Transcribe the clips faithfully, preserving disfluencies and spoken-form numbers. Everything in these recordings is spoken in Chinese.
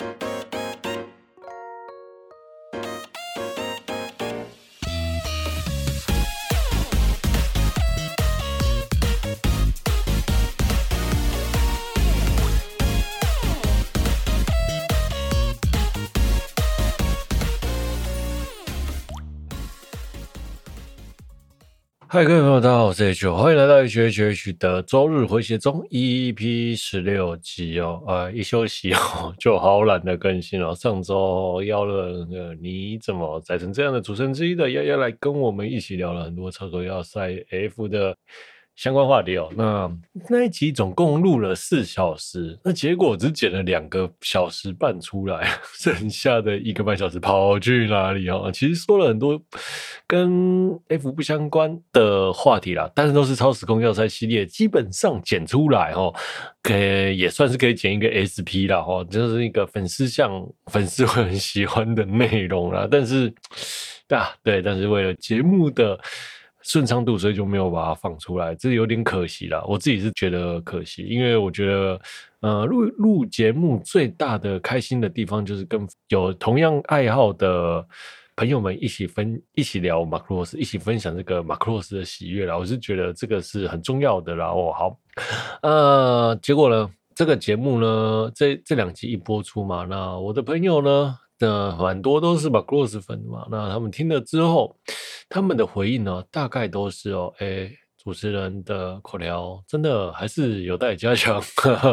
嗨，各位朋友，大家好，我是 H， 欢迎来到 H H H 的周日回血中 E P 十六集哦。呃，一休息哦，就好懒得更新了。上周邀了那个你怎么宰成这样的主持人之一的丫丫来跟我们一起聊了很多超级要塞 F 的相关话题哦。那那一集总共录了四小时，那结果只剪了两个小时半出来，剩下的一个半小时跑去哪里哦？其实说了很多跟 F 不相关的话题啦，但是都是超时空要塞系列，基本上剪出来哦，可以也算是可以剪一个 S P 啦哦，就是一个粉丝向粉丝会很喜欢的内容啦。但是啊，对，但是为了节目的顺畅度，所以就没有把它放出来，这有点可惜啦。我自己是觉得可惜，因为我觉得，呃，录录节目最大的开心的地方就是跟有同样爱好的朋友们一起分一起聊马克罗斯，一起分享这个马克罗斯的喜悦啦。我是觉得这个是很重要的啦。哦，好，呃，结果呢，这个节目呢，这这两集一播出嘛，那我的朋友呢，那很多都是马克罗斯粉嘛，那他们听了之后，他们的回应呢，大概都是哦，诶，主持人的口条真的还是有待加强，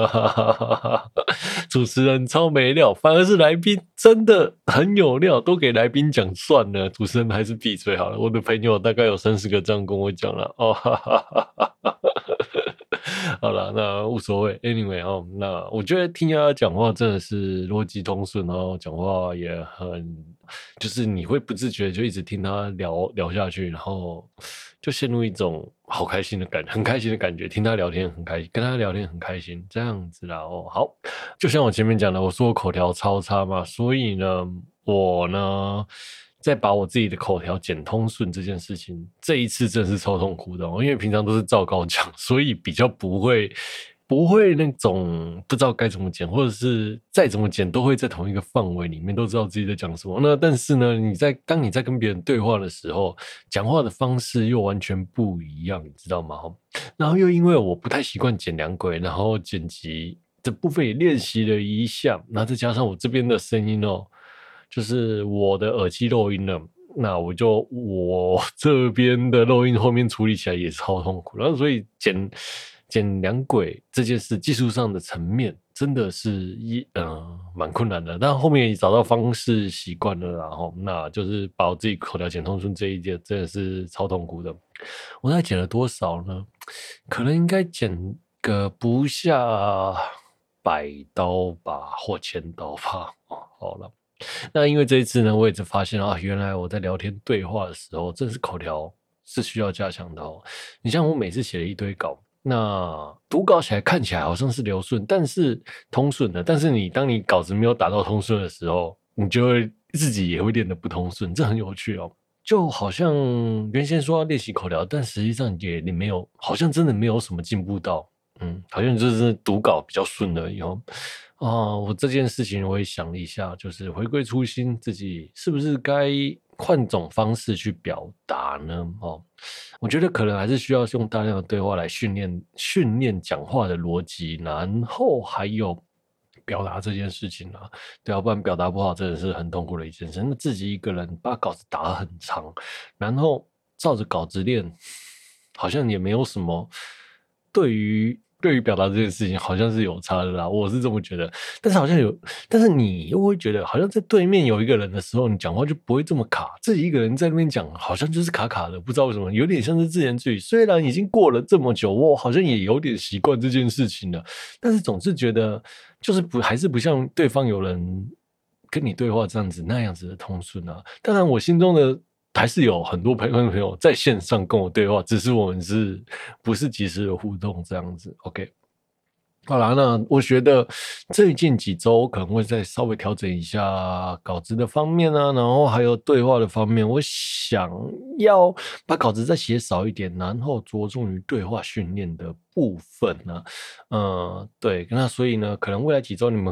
主持人超没料，反而是来宾真的很有料，都给来宾讲算了，主持人还是闭嘴好了。我的朋友大概有三十个这样跟我讲了哦，哈哈哈哈哈。好啦，那无所谓。Anyway 哦，那我觉得听他讲话真的是逻辑通顺，然后讲话也很，就是你会不自觉就一直听他聊聊下去，然后就陷入一种好开心的感觉，很开心的感觉。听他聊天很开心，跟他聊天很开心，这样子啦。哦，好，就像我前面讲的，我说我口条超差嘛，所以呢，我呢。再把我自己的口条剪通顺这件事情，这一次真的是超痛苦的哦，因为平常都是照稿讲，所以比较不会不会那种不知道该怎么剪，或者是再怎么剪都会在同一个范围里面，都知道自己在讲什么。那但是呢，你在当你在跟别人对话的时候，讲话的方式又完全不一样，你知道吗？然后又因为我不太习惯剪两轨，然后剪辑这部分也练习了一下，然后再加上我这边的声音哦。就是我的耳机漏音了，那我就我这边的漏音后面处理起来也超痛苦，然后所以剪剪两轨这件事技术上的层面真的是一呃蛮困难的，但后面也找到方式习惯了，然后那就是把我自己口条剪通顺这一件真的是超痛苦的。我大概剪了多少呢？可能应该剪个不下百刀吧，或千刀吧。哦，好了。那因为这一次呢，我也就发现啊，原来我在聊天对话的时候，真是口条是需要加强的哦。你像我每次写了一堆稿，那读稿起来看起来好像是流顺，但是通顺的，但是你当你稿子没有打到通顺的时候，你就会自己也会练得不通顺，这很有趣哦。就好像原先说要练习口条，但实际上也你没有，好像真的没有什么进步到，嗯，好像就是读稿比较顺而已哦。哦，我这件事情我也想了一下，就是回归初心，自己是不是该换种方式去表达呢？哦，我觉得可能还是需要用大量的对话来训练训练讲话的逻辑，然后还有表达这件事情啊，对啊，不然表达不好真的是很痛苦的一件事。那自己一个人把稿子打得很长，然后照着稿子练，好像也没有什么对于。对于表达这件事情，好像是有差的啦，我是这么觉得。但是好像有，但是你又会觉得，好像在对面有一个人的时候，你讲话就不会这么卡。自己一个人在那边讲，好像就是卡卡的，不知道为什么，有点像是自言自语。虽然已经过了这么久，我好像也有点习惯这件事情了，但是总是觉得，就是不还是不像对方有人跟你对话这样子那样子的通顺啊。当然，我心中的。还是有很多朋友朋友在线上跟我对话，只是我们是不是及时的互动这样子 ？OK， 好啦，那我觉得最近几周可能会再稍微调整一下稿子的方面啊，然后还有对话的方面，我想要把稿子再写少一点，然后着重于对话训练的部分呢、啊。呃，对，那所以呢，可能未来几周你们。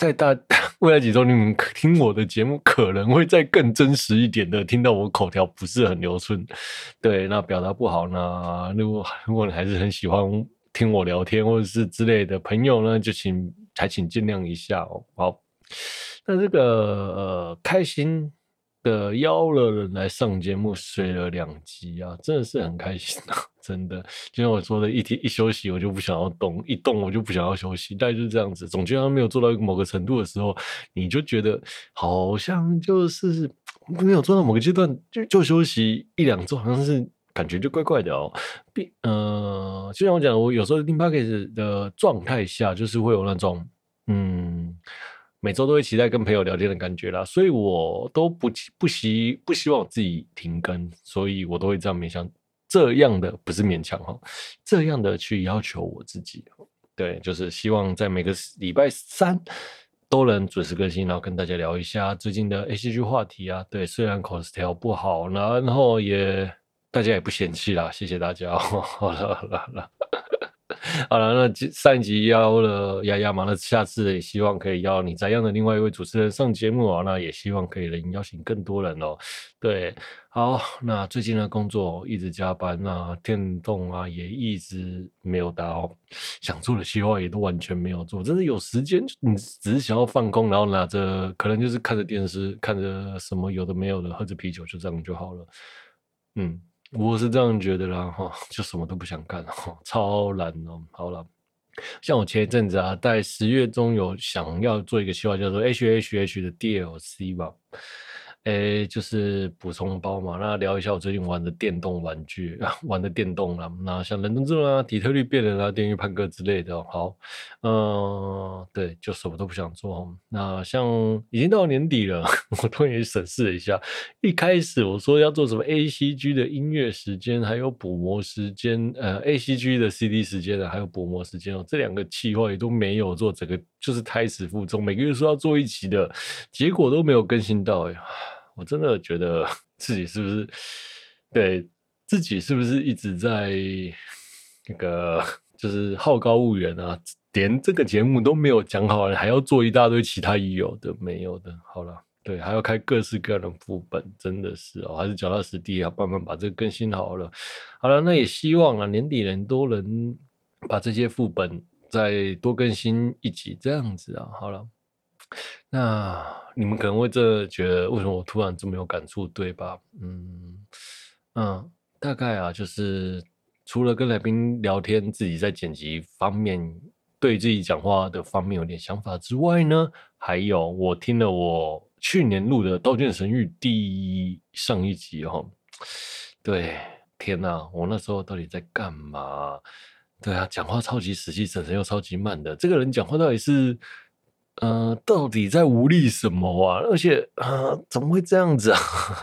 在大未来几周，你们听我的节目可能会再更真实一点的听到我口条不是很流顺，对，那表达不好呢，如果如果你还是很喜欢听我聊天或者是之类的朋友呢，就请还请见谅一下哦。好，那这个呃开心的邀了人来上节目，睡了两集啊，真的是很开心啊，真的。就像我说的，一天一休息我就不想要动，一动我就不想要休息，大概就是这样子。总觉得没有做到某个程度的时候，你就觉得好像就是没有做到某个阶段就就休息一两周，好像是感觉就怪怪的哦。并呃，就像我讲，我有时候听 podcast 的状态下，就是会有那种嗯。每周都会期待跟朋友聊天的感觉啦，所以我都不不希不希望我自己停更，所以我都会这样勉强这样的不是勉强哈，这样的去要求我自己。对，就是希望在每个礼拜三都能准时更新，然后跟大家聊一下最近的 A C G 话题啊。对，虽然口条不好，然后也大家也不嫌弃啦，谢谢大家。好了好了好了。好了，那上一集邀了丫丫嘛，那下次也希望可以邀你这样的另外一位主持人上节目啊，那也希望可以能邀请更多人哦。对，好，那最近的工作一直加班啊，电动啊也一直没有打哦，想做的计划也都完全没有做，真的有时间你只是想要放空，然后拿着可能就是看着电视，看着什么有的没有的，喝着啤酒就这样就好了。嗯。我是这样觉得啦，哈，就什么都不想干，哈，超懒哦。好了，像我前一阵子啊，在十月中有想要做一个计划，叫做 H H H 的 D L C 吧，诶，就是补充包嘛。那聊一下我最近玩的电动玩具，啊、玩的电动啦。那像人工智能啊、底特律变人啊、电狱判客之类的、哦。好，嗯、呃，对，就什么都不想做。那像已经到年底了，我突然也审视了一下，一开始我说要做什么 A C G 的音乐时间，还有补魔时间，呃 ，A C G 的 C D 时间的，还有补魔时间哦，这两个企划也都没有做，整个就是胎死腹中，每个月说要做一期的，结果都没有更新到，哎，我真的觉得自己是不是对自己是不是一直在那个就是好高骛远啊？连这个节目都没有讲好，还要做一大堆其他有的没有的，好了。对，还要开各式各样的副本，真的是哦，还是脚踏实地，要慢慢把这个更新好了。好了，那也希望啊，年底人都能把这些副本再多更新一集，这样子啊。好了，那你们可能会这觉得为什么我突然这么有感触，对吧？嗯嗯，大概啊，就是除了跟来宾聊天，自己在剪辑方面对自己讲话的方面有点想法之外呢，还有我听了我去年录的《刀剑神域》第上一集哦，对，天哪，我那时候到底在干嘛？对啊，讲话超级死气沉沉又超级慢的，这个人讲话到底是呃，到底在无力什么啊？而且呃，怎么会这样子啊？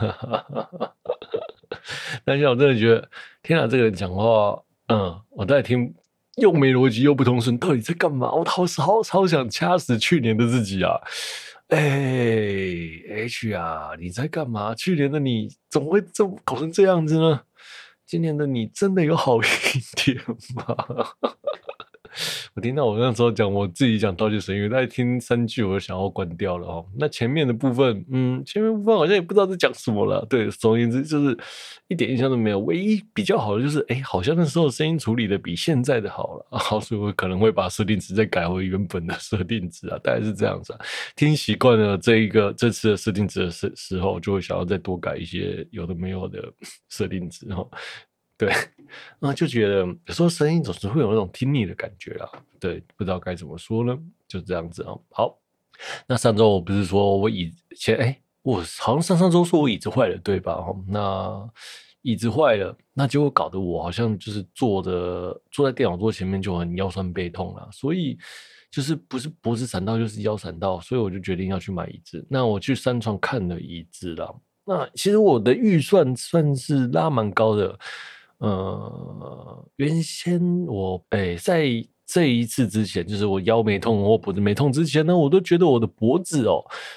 但是我真的觉得，天哪，这个人讲话，嗯，我在听，又没逻辑又不通顺，到底在干嘛？我超超超想掐死去年的自己啊！哎，H 啊，你在干嘛？去年的你怎么会这么搞成这样子呢？今年的你真的有好一点吗？我听到我那时候讲我自己讲《刀剑神域》，大概听三句我就想要关掉了哦。那前面的部分，嗯，前面部分好像也不知道在讲什么了。对，总而言之就是一点印象都没有。唯一比较好的就是，哎，好像那时候声音处理的比现在的好了。好，所以我可能会把设定值再改回原本的设定值啊，大概是这样子啊。听习惯了这一个这次的设定值的时时候，就会想要再多改一些有的没有的设定值哦。对，那就觉得有时候声音总是会有那种听腻的感觉啦。对，不知道该怎么说呢，就这样子哦。好，那上周我不是说我椅前哎，我好像上上周说我椅子坏了，对吧？哦，那椅子坏了，那结果搞得我好像就是坐着坐在电脑桌前面就很腰酸背痛啦，所以就是不是脖子闪到就是腰闪到，所以我就决定要去买椅子。那我去三创看了椅子啦。那其实我的预算算是拉蛮高的。呃，原先我哎，在这一次之前，就是我腰没痛或脖子没痛之前呢，我都觉得我的脖子哦，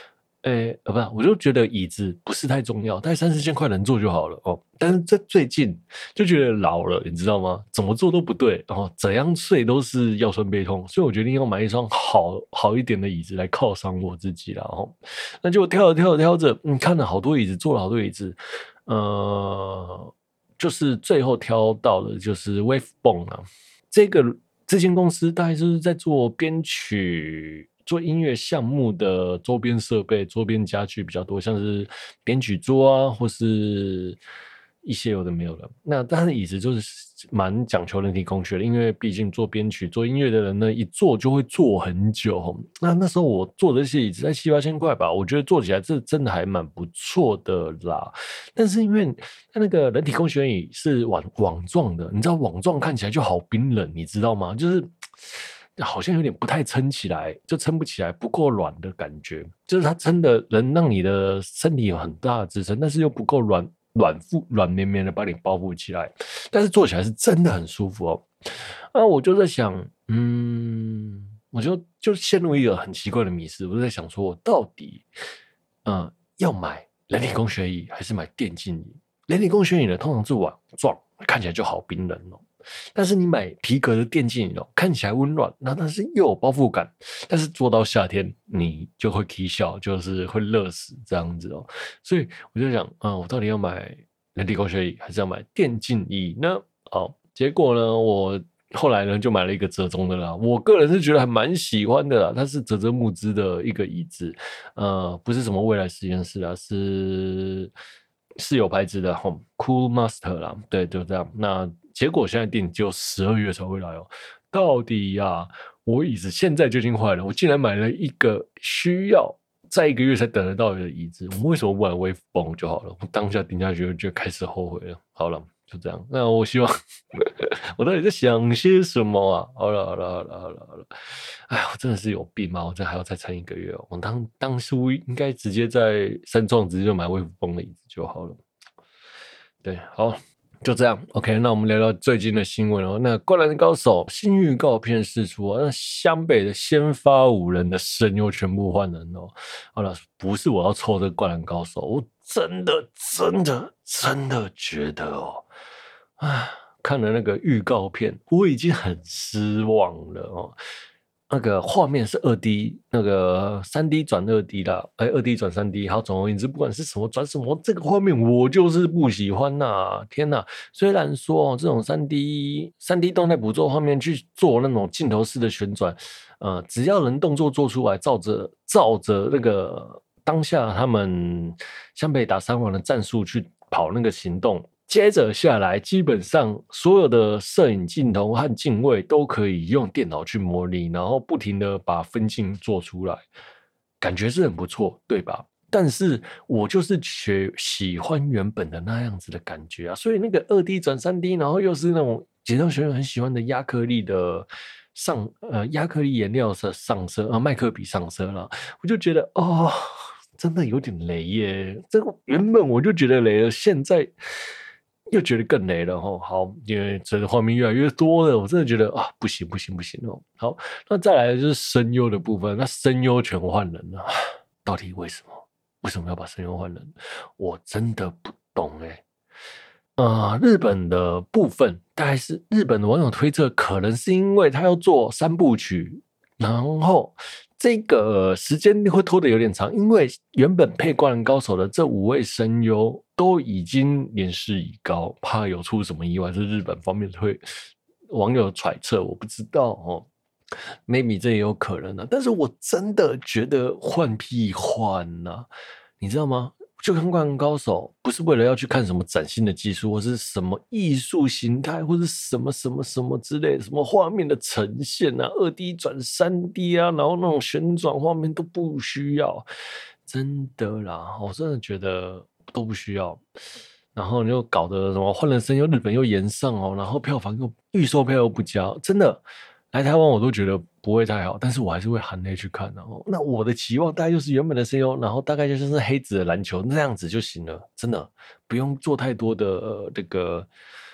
诶，呃，不是，我就觉得椅子不是太重要，大概三四千块能坐就好了哦。但是这最近就觉得老了，你知道吗？怎么做都不对，然后怎样睡都是腰酸背痛，所以我决定要买一双好好一点的椅子来犒赏我自己啦。哦，那就挑着挑着挑着，嗯，看了好多椅子，坐了好多椅子，呃，就是最后挑到的就是 Wavebone 啊，这个这间公司大概就是在做编曲。做音乐项目的周边设备、周边家具比较多，像是编曲桌啊，或是一些有的没有的。那但是椅子就是蛮讲求人体工学的，因为毕竟做编曲、做音乐的人呢，一坐就会坐很久。那那时候我坐的这些椅子在七八千块吧，我觉得坐起来这真的还蛮不错的啦。但是因为它那个人体工学椅是网网状的，你知道网状看起来就好冰冷，你知道吗？就是。好像有点不太撑起来，就撑不起来，不够软的感觉。就是它撑的能让你的身体有很大的支撑，但是又不够软软腹软绵绵的把你包覆起来。但是坐起来是真的很舒服哦。那我就在想，嗯，我就就陷入一个很奇怪的迷思，我就在想说，我到底，嗯、呃，要买人体工学椅还是买电竞椅？人体工学椅呢，通常是网状，看起来就好冰冷哦。但是你买皮革的电竞椅哦，看起来温暖，那但是又有包覆感，但是坐到夏天你就会起笑，就是会热死这样子哦。所以我就想，啊、嗯，我到底要买人体工学椅还是要买电竞椅呢？好，结果呢，我后来呢就买了一个折中的啦。我个人是觉得还蛮喜欢的啦，它是泽泽木资的一个椅子，呃，不是什么未来实验室啊，是。是有牌子的哈 ，Cool Master 啦，对，就这样。那结果现在订只有十二月才会来哦。到底呀、啊，我椅子现在就已经坏了，我竟然买了一个需要在一个月才等得到的椅子，我为什么不买 Wavebone 就好了？我当下订下去就开始后悔了。好了，就这样。那我希望我到底在想些什么啊？好了，好了，好了，好了，好了。哎，我真的是有病吗？我这还要再撑一个月哦。我当当初应该直接在三创直接就买微风的椅子就好了。对，好，就这样。OK，那我们聊聊最近的新闻哦。那《灌篮高手》新预告片释出啊，那湘北的先发五人的声优全部换人哦。好了，不是我要凑这个《灌篮高手》，我真的真的真的觉得哦，啊，看了那个预告片，我已经很失望了哦。那个画面是二 D， 那个三 D 转二 D 啦，哎，二 D 转三 D， 好，总而言之，不管是什么转什么，这个画面我就是不喜欢呐！天呐，虽然说这种三 D 三 D 动态捕捉画面去做那种镜头式的旋转，呃，只要能动作做出来，照着照着那个当下他们湘北打三王的战术去跑那个行动。接着下来，基本上所有的摄影镜头和镜位都可以用电脑去模拟，然后不停的把分镜做出来，感觉是很不错，对吧？但是我就是喜喜欢原本的那样子的感觉啊，所以那个二 D 转三 D， 然后又是那种解放学员很喜欢的亚克力的上呃亚克力颜料色上色啊，麦克笔上色了，我就觉得哦，真的有点雷耶。这个原本我就觉得雷了，现在。又觉得更雷了哈，好，因为这个画面越来越多了，我真的觉得啊，不行不行不行哦。好，那再来就是声优的部分，那声优全换人了，到底为什么？为什么要把声优换人？我真的不懂哎、欸。呃，日本的部分大概是日本的网友推测，可能是因为他要做三部曲，然后这个时间会拖得有点长，因为原本配《灌篮高手》的这五位声优都已经年事已高，怕有出什么意外，是日本方面会网友揣测，我不知道哦。maybe 这也有可能啊，但是我真的觉得换屁换呐、啊，你知道吗？就看《灌篮高手》，不是为了要去看什么崭新的技术，或是什么艺术形态，或是什么什么什么之类的，什么画面的呈现啊，二 D 转三 D 啊，然后那种旋转画面都不需要，真的啦，我真的觉得都不需要。然后你又搞得什么换了声优，日本又延上哦，然后票房又预售票又不佳，真的。来台湾我都觉得不会太好，但是我还是会含泪去看。然后，那我的期望大概就是原本的声优，然后大概就是黑子的篮球那样子就行了，真的不用做太多的呃这个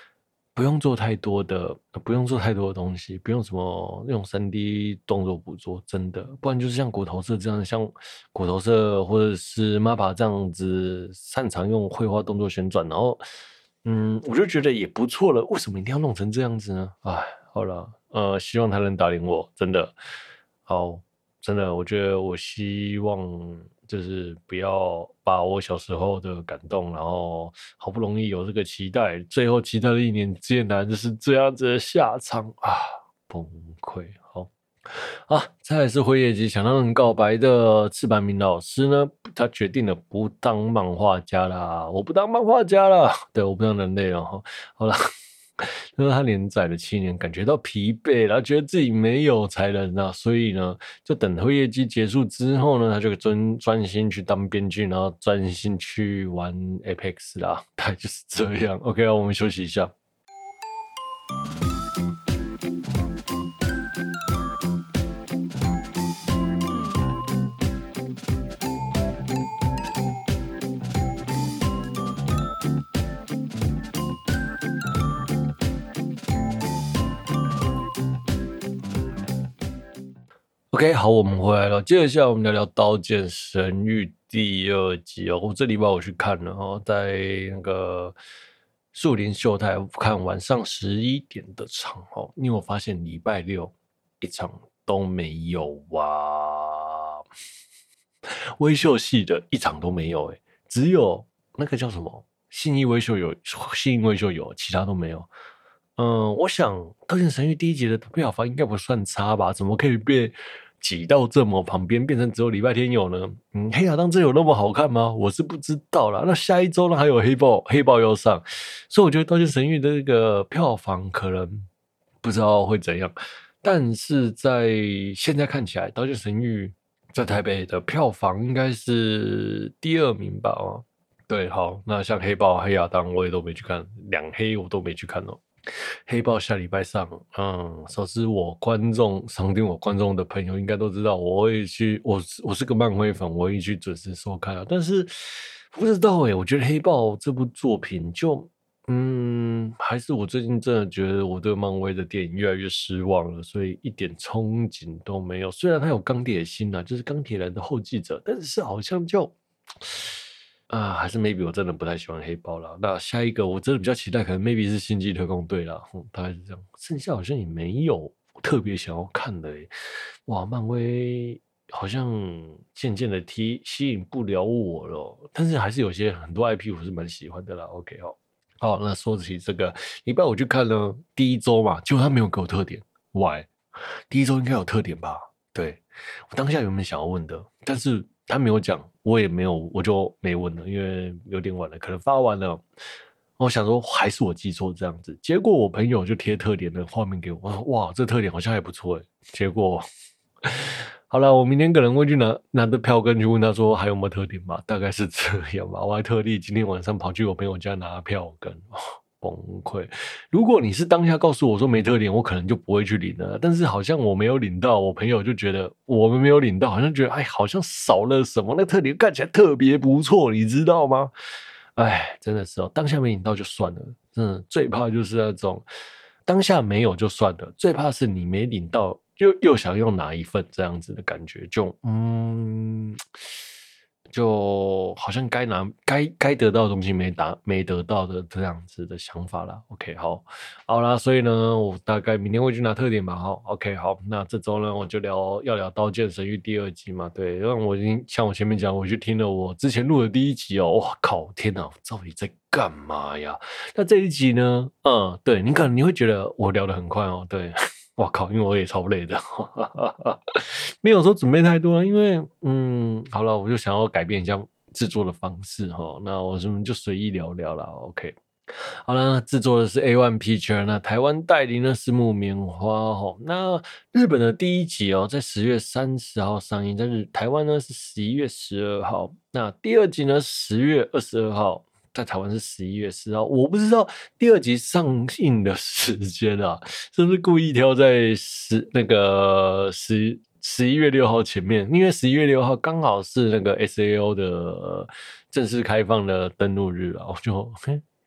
不用做太多的，不用做太多的东西，不用什么用 三 D 动作捕捉，真的，不然就是像骨头社这样，像骨头社或者是 M A P A 这样子，擅长用绘画动作旋转，然后，嗯，我就觉得也不错了，为什么一定要弄成这样子呢？哎，好了，呃，希望他能打赢我，真的，好。真的，我觉得我希望就是不要把我小时候的感动，然后好不容易有这个期待，最后期待了一年，竟然就是这样子的下场啊，崩溃。好啊，再来是辉夜姬想让人告白的赤坂明老师呢，他决定了不当漫画家啦，我不当漫画家啦，对，我不当人类了哈。好了。因为他连载了七年，感觉到疲惫，然后觉得自己没有才能啊，所以呢，就等辉夜姬结束之后呢，他就专专心去当编剧，然后专心去玩 Apex 啦，大概就是这样。OK，我们休息一下。OK，好，我们回来了。接下来我们聊聊《刀剑神域》第二集哦。我这礼拜我去看了哦，在那个树林秀台看晚上十一点的场哦。因为我发现礼拜六一场都没有啊，微秀系的一场都没有诶，只有那个叫什么信义微秀有，信义微秀有，其他都没有。嗯，我想《刀剑神域》第一集的票房应该不算差吧？怎么可以被挤到这么旁边，变成只有礼拜天有呢？嗯，黑亚当真有那么好看吗？我是不知道啦。那下一周呢，还有黑豹，黑豹又上，所以我觉得《刀剑神域》的这个票房可能不知道会怎样。但是在现在看起来，《刀剑神域》在台北的票房应该是第二名吧？哦，对，好，那像黑豹、黑亚当我也都没去看，两黑我都没去看哦。黑豹下礼拜上，嗯，首先我观众常听我观众的朋友应该都知道，我会去，我我是个漫威粉，我会去准时收看啊。但是不知道诶，我觉得黑豹这部作品就，嗯，还是我最近真的觉得我对漫威的电影越来越失望了，所以一点憧憬都没有。虽然它有钢铁心啊，就是钢铁人的后继者，但是好像就。啊，还是 maybe 我真的不太喜欢黑豹啦。那下一个我真的比较期待，可能 maybe 是星际特工队啦，嗯，大概是这样。剩下好像也没有特别想要看的诶。哇，漫威好像渐渐的吸吸引不了我了，但是还是有些很多 I P 我是蛮喜欢的啦。OK，好，好，那说起这个，礼拜我去看了第一周嘛，结果他没有给我特点 ，Why？第一周应该有特点吧？对，我当下有没有想要问的，但是他没有讲，我也没有，我就没问了，因为有点晚了，可能发完了。我想说还是我记错这样子，结果我朋友就贴特点的画面给我，我说哇，这特点好像还不错诶。结果好了，我明天可能会去拿拿着票根去问他说还有没有特点吧，大概是这样吧。我还特地今天晚上跑去我朋友家拿票根。崩溃！如果你是当下告诉我说没特点，我可能就不会去领了。但是好像我没有领到，我朋友就觉得我们没有领到，好像觉得哎，好像少了什么。那特点看起来特别不错，你知道吗？哎，真的是哦，当下没领到就算了。真的最怕就是那种当下没有就算了，最怕是你没领到，又又想用哪一份这样子的感觉，就嗯。就好像该拿该该得到的东西没达没得到的这样子的想法啦。OK，好，好啦，所以呢，我大概明天会去拿特点吧。好，OK，好，那这周呢，我就聊要聊《刀剑神域》第二集嘛。对，因为我已经像我前面讲，我去听了我之前录的第一集哦，哇靠，天哪，到底在干嘛呀？那这一集呢，嗯，对你可能你会觉得我聊得很快哦，对。我靠，因为我也超累的，没有说准备太多，因为嗯，好了，我就想要改变一下制作的方式哈，那我们就随意聊聊啦 OK，好了，制作的是 A One Picture， 那台湾代理呢是木棉花哈，那日本的第一集哦，在十月三十号上映，在日台湾呢是十一月十二号，那第二集呢十月二十二号。在台湾是十一月四号，我不知道第二集上映的时间啊，是不是故意挑在十那个十十一月六号前面？因为十一月六号刚好是那个 S A O 的正式开放的登录日啊，我就嘿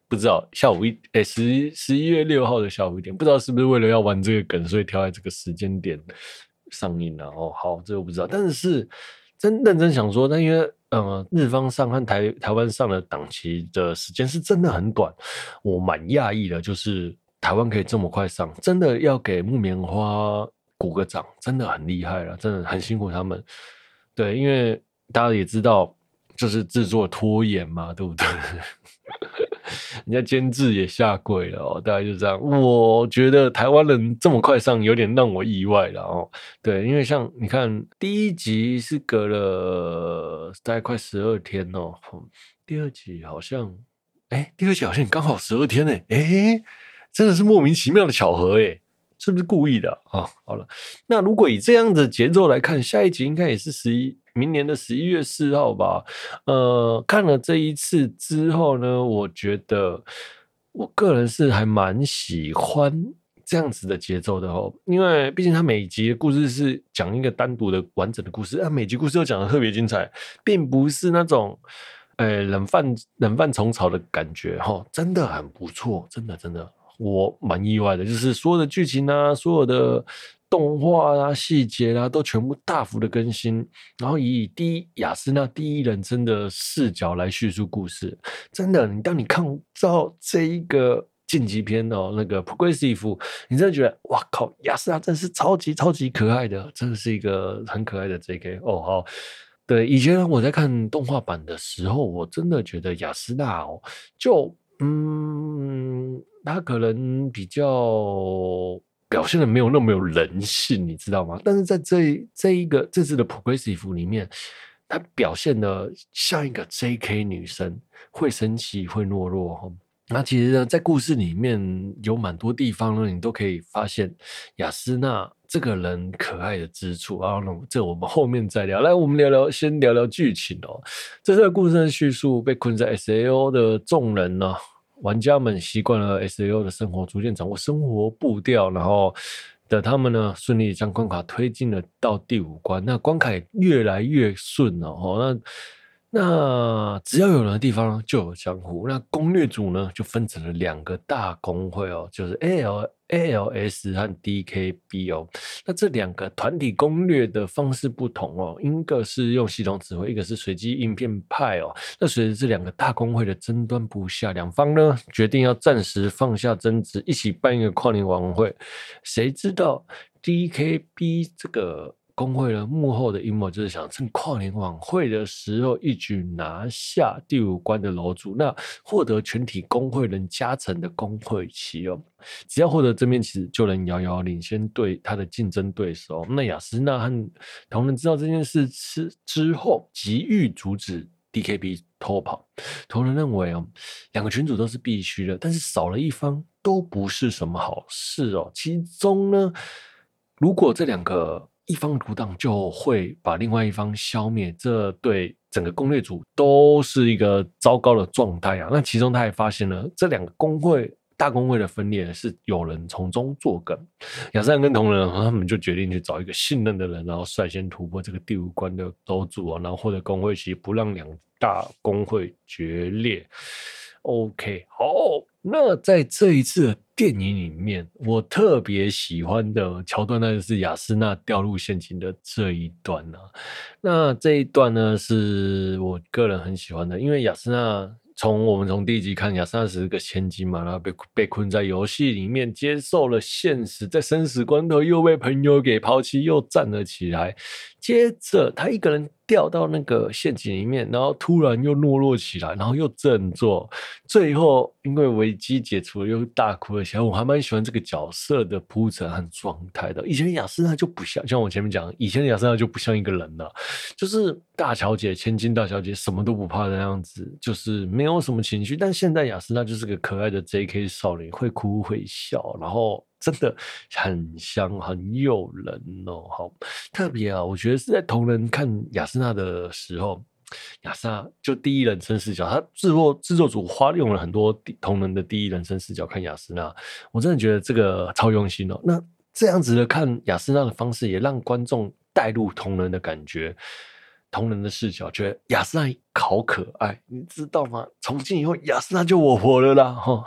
不知道下午一诶十十一月六号的下午一点，不知道是不是为了要玩这个梗，所以挑在这个时间点上映了、啊、哦。好，这我不知道，但是真认真想说，但因为呃日方上和台台湾上的档期的时间是真的很短，我蛮讶异的，就是台湾可以这么快上，真的要给木棉花鼓个掌，真的很厉害了，真的很辛苦他们。对，因为大家也知道，就是制作拖延嘛，对不对？人家监制也下跪了哦，大概就这样。我觉得台湾人这么快上，有点让我意外了哦。对，因为像你看，第一集是隔了大概快十二天哦，第二集好像，哎，第二集好像刚好十二天呢，哎，真的是莫名其妙的巧合哎。是不是故意的啊、哦？好了，那如果以这样的节奏来看，下一集应该也是十一明年的十一月四号吧？呃，看了这一次之后呢，我觉得我个人是还蛮喜欢这样子的节奏的哦，因为毕竟它每集的故事是讲一个单独的完整的故事，啊，每集故事都讲的特别精彩，并不是那种。呃，冷饭冷饭虫草的感觉哈、哦，真的很不错，真的真的。我蛮意外的，就是所有的剧情啊，所有的动画啊、细节啊，都全部大幅的更新，然后以第一雅斯娜第一人称的视角来叙述故事。真的，你当你看到这一个晋级篇哦，那个 Progressive， 你真的觉得哇靠，雅斯娜真是超级超级可爱的，真的是一个很可爱的 J K 哦。好，对，以前我在看动画版的时候，我真的觉得雅斯娜哦，就嗯。他可能比较表现的没有那么有人性，你知道吗？但是在这这一个这次的 Progressive 里面，他表现的像一个 J K 女生，会生气，会懦弱。那其实呢，在故事里面有蛮多地方呢，你都可以发现雅斯娜这个人可爱的之处。然后呢，这我们后面再聊。来，我们聊聊，先聊聊剧情哦。这次的故事的叙述被困在 S A O 的众人呢。玩家们习惯了 S A O 的生活，逐渐掌握生活步调，然后的他们呢，顺利将关卡推进了到第五关。那关卡也越来越顺了哦。那那只要有人的地方就有江湖。那攻略组呢，就分成了两个大公会哦，就是 A L A L S 和 D K B 哦。那这两个团体攻略的方式不同哦，一个是用系统指挥，一个是随机应变派哦。那随着这两个大公会的争端不下，两方呢决定要暂时放下争执，一起办一个跨年晚会。谁知道 D K B 这个工会呢幕后的阴谋就是想趁跨年晚会的时候一举拿下第五关的楼主，那获得全体工会人加成的工会旗哦。只要获得这面旗就能遥遥领先对他的竞争对手。那雅斯娜和同仁知道这件事之后，急欲阻止 D K B 偷跑。同仁认为哦，两个群组都是必须的，但是少了一方都不是什么好事哦。其中呢，如果这两个一方独当，就会把另外一方消灭，这对整个攻略组都是一个糟糕的状态啊。那其中他还发现了这两个工会大工会的分裂是有人从中作梗。亚瑟跟同仁他们就决定去找一个信任的人，然后率先突破这个第五关的楼主啊，然后获得工会旗，不让两大工会决裂。OK， 好，那在这一次的电影里面，我特别喜欢的桥段，那就是雅斯娜掉入陷阱的这一段啊。那这一段呢，是我个人很喜欢的，因为雅斯娜从我们从第一集看，雅斯娜是个千金嘛，然后被被困在游戏里面，接受了现实，在生死关头又被朋友给抛弃，又站了起来。接着他一个人掉到那个陷阱里面，然后突然又懦弱起来，然后又振作，最后因为危机解除了又大哭了起来。我还蛮喜欢这个角色的铺陈和状态的。以前雅斯娜就不像，像我前面讲，以前的雅斯娜就不像一个人了，就是大小姐、千金大小姐，什么都不怕的样子，就是没有什么情绪。但现在雅斯娜就是个可爱的 J K 少女，会哭会笑，然后真的很香很诱人哦。好特别啊，我觉得是在同人看雅斯娜的时候，雅斯娜就第一人称视角，他制作制作组花用了很多同人的第一人称视角看雅斯娜，我真的觉得这个超用心哦。那这样子的看雅斯娜的方式，也让观众带入同人的感觉。 同人的视角，觉得雅斯娜好可爱，你知道吗？从今以后雅斯娜就我活了啦！哈，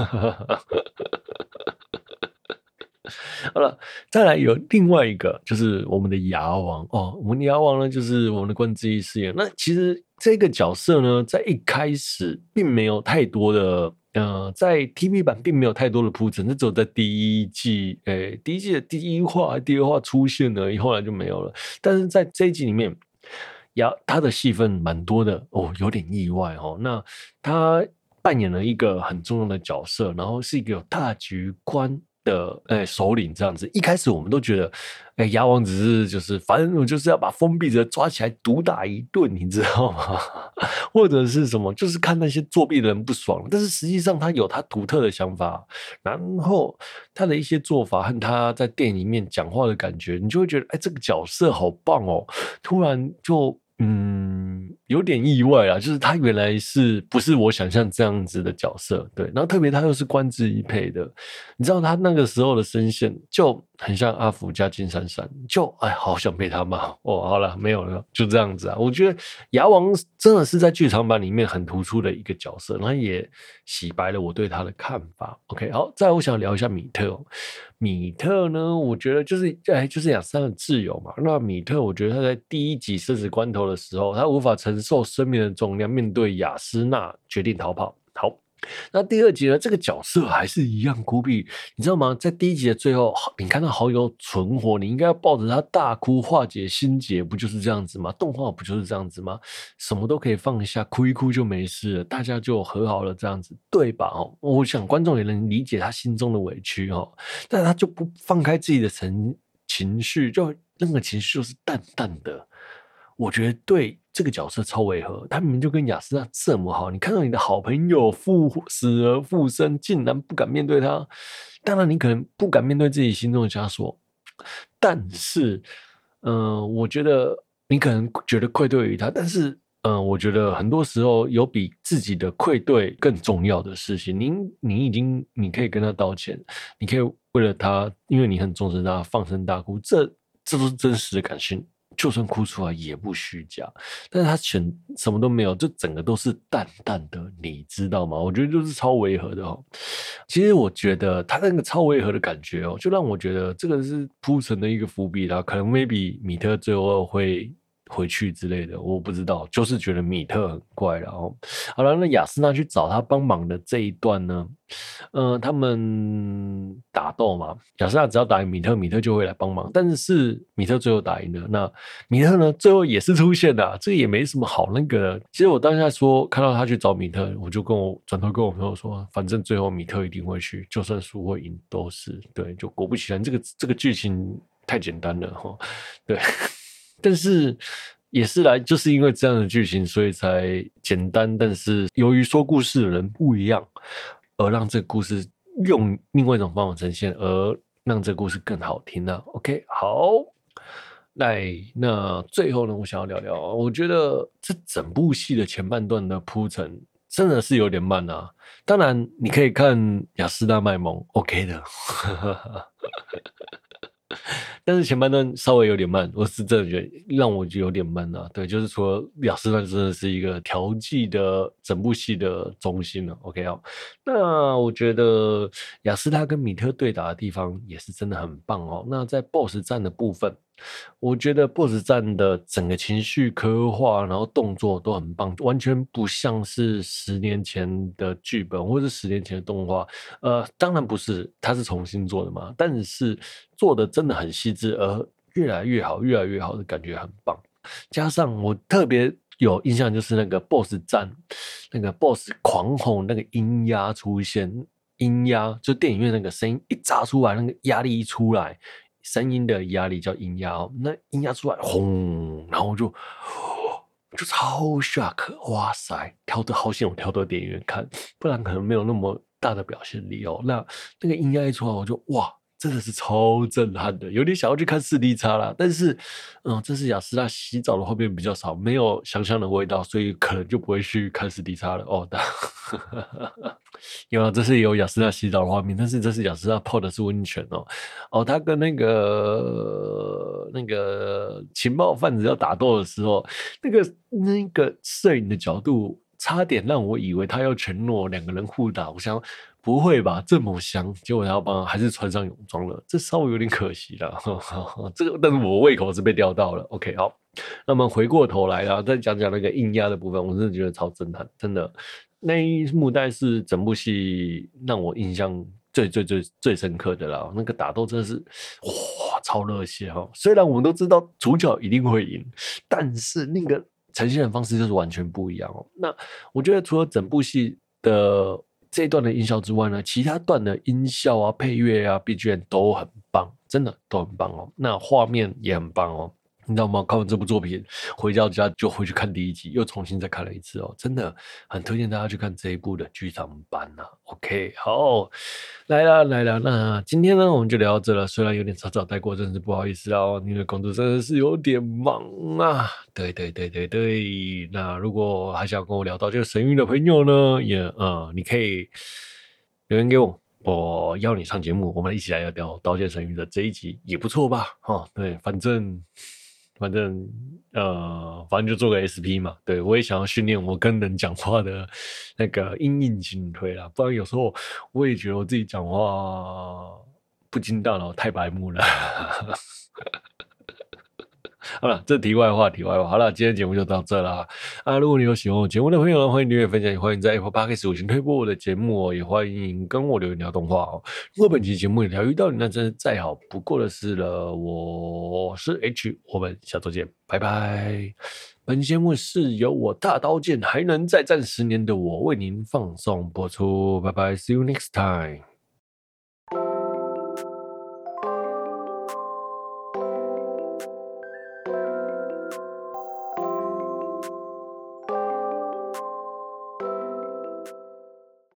好了，再来有另外一个，就是我们的牙王哦。我们的牙王呢，就是我们的关之一饰演。那其实这个角色呢，在一开始并没有太多的。呃，在 T V 版并没有太多的铺陈，这只有在第一季，诶，第一季的第一话、第二话出现而已，后来就没有了。但是在这一集里面，呀，他的戏份蛮多的哦，有点意外哦。那他扮演了一个很重要的角色，然后是一个有大局观的诶首领这样子。一开始我们都觉得，哎，牙王只是就是反正我就是要把封闭者抓起来毒打一顿，你知道吗？或者是什么，就是看那些作弊的人不爽。但是实际上他有他独特的想法，然后他的一些做法和他在电影里面讲话的感觉，你就会觉得，哎，这个角色好棒哦！突然就。嗯，有点意外啦，就是他原来是不是我想象这样子的角色？对，然后特别他又是关之一配的，你知道他那个时候的声线就很像阿福加金闪闪，就哎，好想被他骂哦。好了，没有了，就这样子啊。我觉得牙王真的是在剧场版里面很突出的一个角色，然后也洗白了我对他的看法。OK， 好，再来我想聊一下米特哦。米特呢，我觉得就是哎，就是亚瑟的挚友嘛。那米特，我觉得他在第一集生死关头的时候，他无法承受生命的重量，面对雅斯娜，决定逃跑。好，那第二集呢，这个角色还是一样孤僻，你知道吗？在第一集的最后，你看到好友存活，你应该要抱着他大哭，化解心结，不就是这样子吗？动画不就是这样子吗？什么都可以放下，哭一哭就没事了，大家就和好了，这样子对吧？哦，我想观众也能理解他心中的委屈哦，但他就不放开自己的情情绪，就那个情绪就是淡淡的。我觉得对这个角色超违和，他明明就跟雅斯娜这么好，你看到你的好朋友复死而复生，竟然不敢面对他。当然，你可能不敢面对自己心中的枷锁，但是，嗯、呃，我觉得你可能觉得愧对于他，但是，嗯、呃，我觉得很多时候有比自己的愧对更重要的事情。你你已经你可以跟他道歉，你可以为了他，因为你很重视他，放声大哭，这这都是真实的感情。就算哭出来也不虚假，但是他选什么都没有，就整个都是淡淡的，你知道吗？我觉得就是超违和的哦。其实我觉得他那个超违和的感觉哦，就让我觉得这个是铺陈的一个伏笔啦，可能 maybe 米特最后会回去之类的，我不知道，就是觉得米特很怪，然后好了，那雅斯娜去找他帮忙的这一段呢，呃，他们打斗嘛，雅斯娜只要打赢米特，米特就会来帮忙，但是米特最后打赢了，那米特呢最后也是出现的、啊，这个也没什么好那个的。其实我当下说看到他去找米特，我就跟我转头跟我朋友说，反正最后米特一定会去，就算输或赢都是对，就果不其然，这个这个剧情太简单了哈，对。但是也是来，就是因为这样的剧情，所以才简单。但是由于说故事的人不一样，而让这个故事用另外一种方法呈现，而让这个故事更好听呢、啊。OK， 好，来，那最后呢，我想要聊聊，我觉得这整部戏的前半段的铺陈真的是有点慢啊。当然，你可以看雅斯娜卖萌 ，OK 的。但是前半段稍微有点慢，我是真的觉得让我觉得有点慢啊。对，就是说雅斯曼真的是一个调剂的整部戏的中心了。OK 啊，那我觉得雅斯他跟米特对打的地方也是真的很棒哦。那在 B O S S 战的部分，我觉得 B O S S 战的整个情绪刻画，然后动作都很棒，完全不像是十年前的剧本或者是十年前的动画。呃，当然不是，它是重新做的嘛，但是做的真的很细致，而越来越好，越来越好的感觉很棒。加上我特别有印象，就是那个 B O S S 战，那个 B O S S 狂吼那个音压出现，音压就电影院那个声音一炸出来，那个压力一出来。声音的压力叫音压哦，那音压出来，轰，然后就就超 shock， 哇塞，挑的好险，我挑到电影院看，不然可能没有那么大的表现力哦。那那个音压一出来，我就哇，真的是超震撼的，有点想要去看四 D 叉啦。但是，嗯，这是雅诗娜洗澡的画面比较少，没有香香的味道，所以可能就不会去看四 D 叉了哦。 有啊，这是有雅诗娜洗澡的画面，但是这是雅诗娜泡的是温泉哦。哦，他跟那个那个情报贩子要打斗的时候，那个那个摄影的角度，差点让我以为他要承诺两个人互打。我想不会吧，这么香，结果他要帮还是穿上泳装了，这稍微有点可惜了。这个，但是我胃口是被吊到了。OK， 好，那么回过头来啦，再讲讲那个硬压的部分，我真的觉得超震撼，真的。那一幕带是整部戏让我印象最最最最深刻的啦，那个打斗真的是哇超热血哈！虽然我们都知道主角一定会赢，但是那个呈现的方式就是完全不一样哦。那我觉得除了整部戏的这一段的音效之外呢，其他段的音效啊、配乐啊、B G M 都很棒，真的都很棒哦。那画面也很棒哦。你知道吗？看完这部作品，回到家就回去看第一集，又重新再看了一次哦，真的很推荐大家去看这一部的剧场版呐、啊。OK， 好，来啦来啦，那今天呢我们就聊到这了，虽然有点草草带过，真是不好意思哦，因为工作真的是有点忙啊。对对对对对，那如果还想跟我聊到这个神域的朋友呢，也呃，你可以留言给我。我邀你上节目，我们一起来聊聊《刀剑神域》的这一集，也不错吧？哈、哦，对，反正反正呃，反正就做个 S P 嘛。对，我也想要训练我跟人讲话的那个因应进退啦，不然有时候我也觉得我自己讲话不经大脑，太白目了。好了，这题外话，题外话。好了，今天节目就到这啦。啊，如果你有喜欢我节目的朋友呢，欢迎订阅分享，也欢迎在 Apple Podcast 五星推播我的节目哦，也欢迎跟我留言聊动画哦。如果本期节目也疗愈到你，那真是再好不过的事了。我是 H， 我们下周见，拜拜。本节目是由我大刀剑还能再战十年的我为您放送播出，拜拜 ，See you next time。